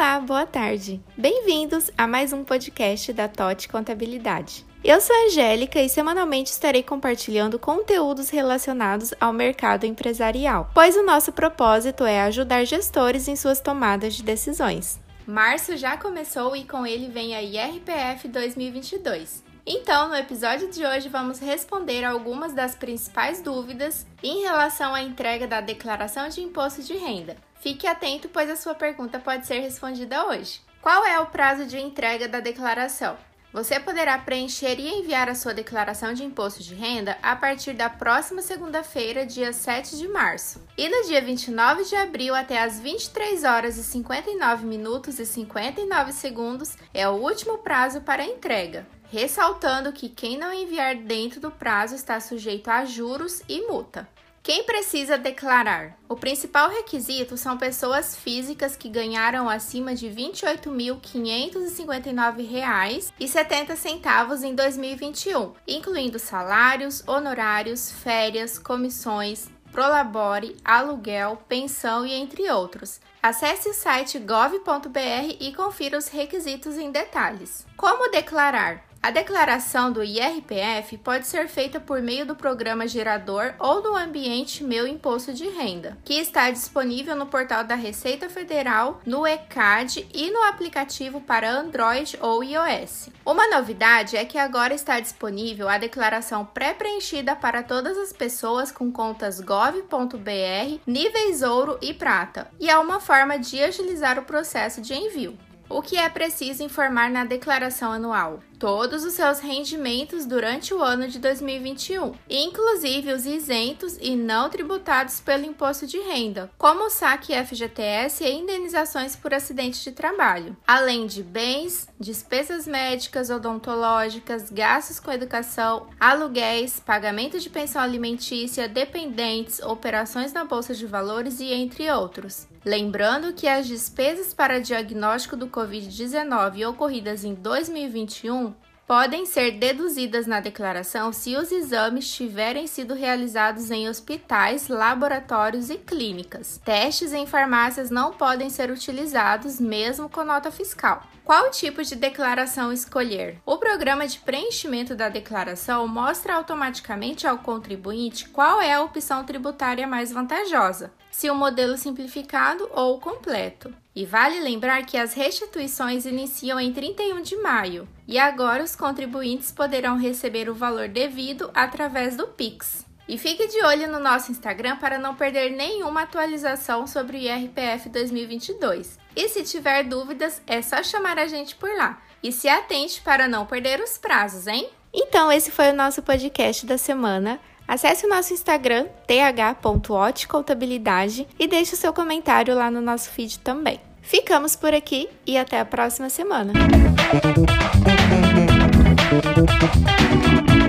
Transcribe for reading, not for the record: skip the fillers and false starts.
Olá, boa tarde. Bem-vindos a mais um podcast da TOT Contabilidade. Eu sou a Angélica e semanalmente estarei compartilhando conteúdos relacionados ao mercado empresarial, pois o nosso propósito é ajudar gestores em suas tomadas de decisões. Março já começou e com ele vem a IRPF 2022. Então, no episódio de hoje, vamos responder algumas das principais dúvidas em relação à entrega da declaração de imposto de renda. Fique atento, pois a sua pergunta pode ser respondida hoje. Qual é o prazo de entrega da declaração? Você poderá preencher e enviar a sua declaração de imposto de renda a partir da próxima segunda-feira, dia 7 de março. E no dia 29 de abril, até às 23 horas e 59 minutos e 59 segundos, é o último prazo para a entrega. Ressaltando que quem não enviar dentro do prazo está sujeito a juros e multa. Quem precisa declarar? O principal requisito são pessoas físicas que ganharam acima de R$ 28.559,70 em 2021, incluindo salários, honorários, férias, comissões, prolabore, aluguel, pensão e entre outros. Acesse o site gov.br e confira os requisitos em detalhes. Como declarar? A declaração do IRPF pode ser feita por meio do programa gerador ou do ambiente Meu Imposto de Renda, que está disponível no portal da Receita Federal, no ECAD e no aplicativo para Android ou iOS. Uma novidade é que agora está disponível a declaração pré-preenchida para todas as pessoas com contas gov.br, níveis ouro e prata, e é uma forma de agilizar o processo de envio. O que é preciso informar na declaração anual? Todos os seus rendimentos durante o ano de 2021, inclusive os isentos e não tributados pelo imposto de renda, como o saque FGTS e indenizações por acidente de trabalho, além de bens, despesas médicas, odontológicas, gastos com educação, aluguéis, pagamento de pensão alimentícia, dependentes, operações na Bolsa de Valores e entre outros. Lembrando que as despesas para diagnóstico do Covid-19 ocorridas em 2021 podem ser deduzidas na declaração se os exames tiverem sido realizados em hospitais, laboratórios e clínicas. Testes em farmácias não podem ser utilizados, mesmo com nota fiscal. Qual tipo de declaração escolher? O programa de preenchimento da declaração mostra automaticamente ao contribuinte qual é a opção tributária mais vantajosa, se o modelo simplificado ou completo. E vale lembrar que as restituições iniciam em 31 de maio e agora os contribuintes poderão receber o valor devido através do Pix. E fique de olho no nosso Instagram para não perder nenhuma atualização sobre o IRPF 2022. E se tiver dúvidas, é só chamar a gente por lá. E se atente para não perder os prazos, hein? Então, esse foi o nosso podcast da semana. Acesse o nosso Instagram, th.otcontabilidade, e deixe o seu comentário lá no nosso feed também. Ficamos por aqui e até a próxima semana!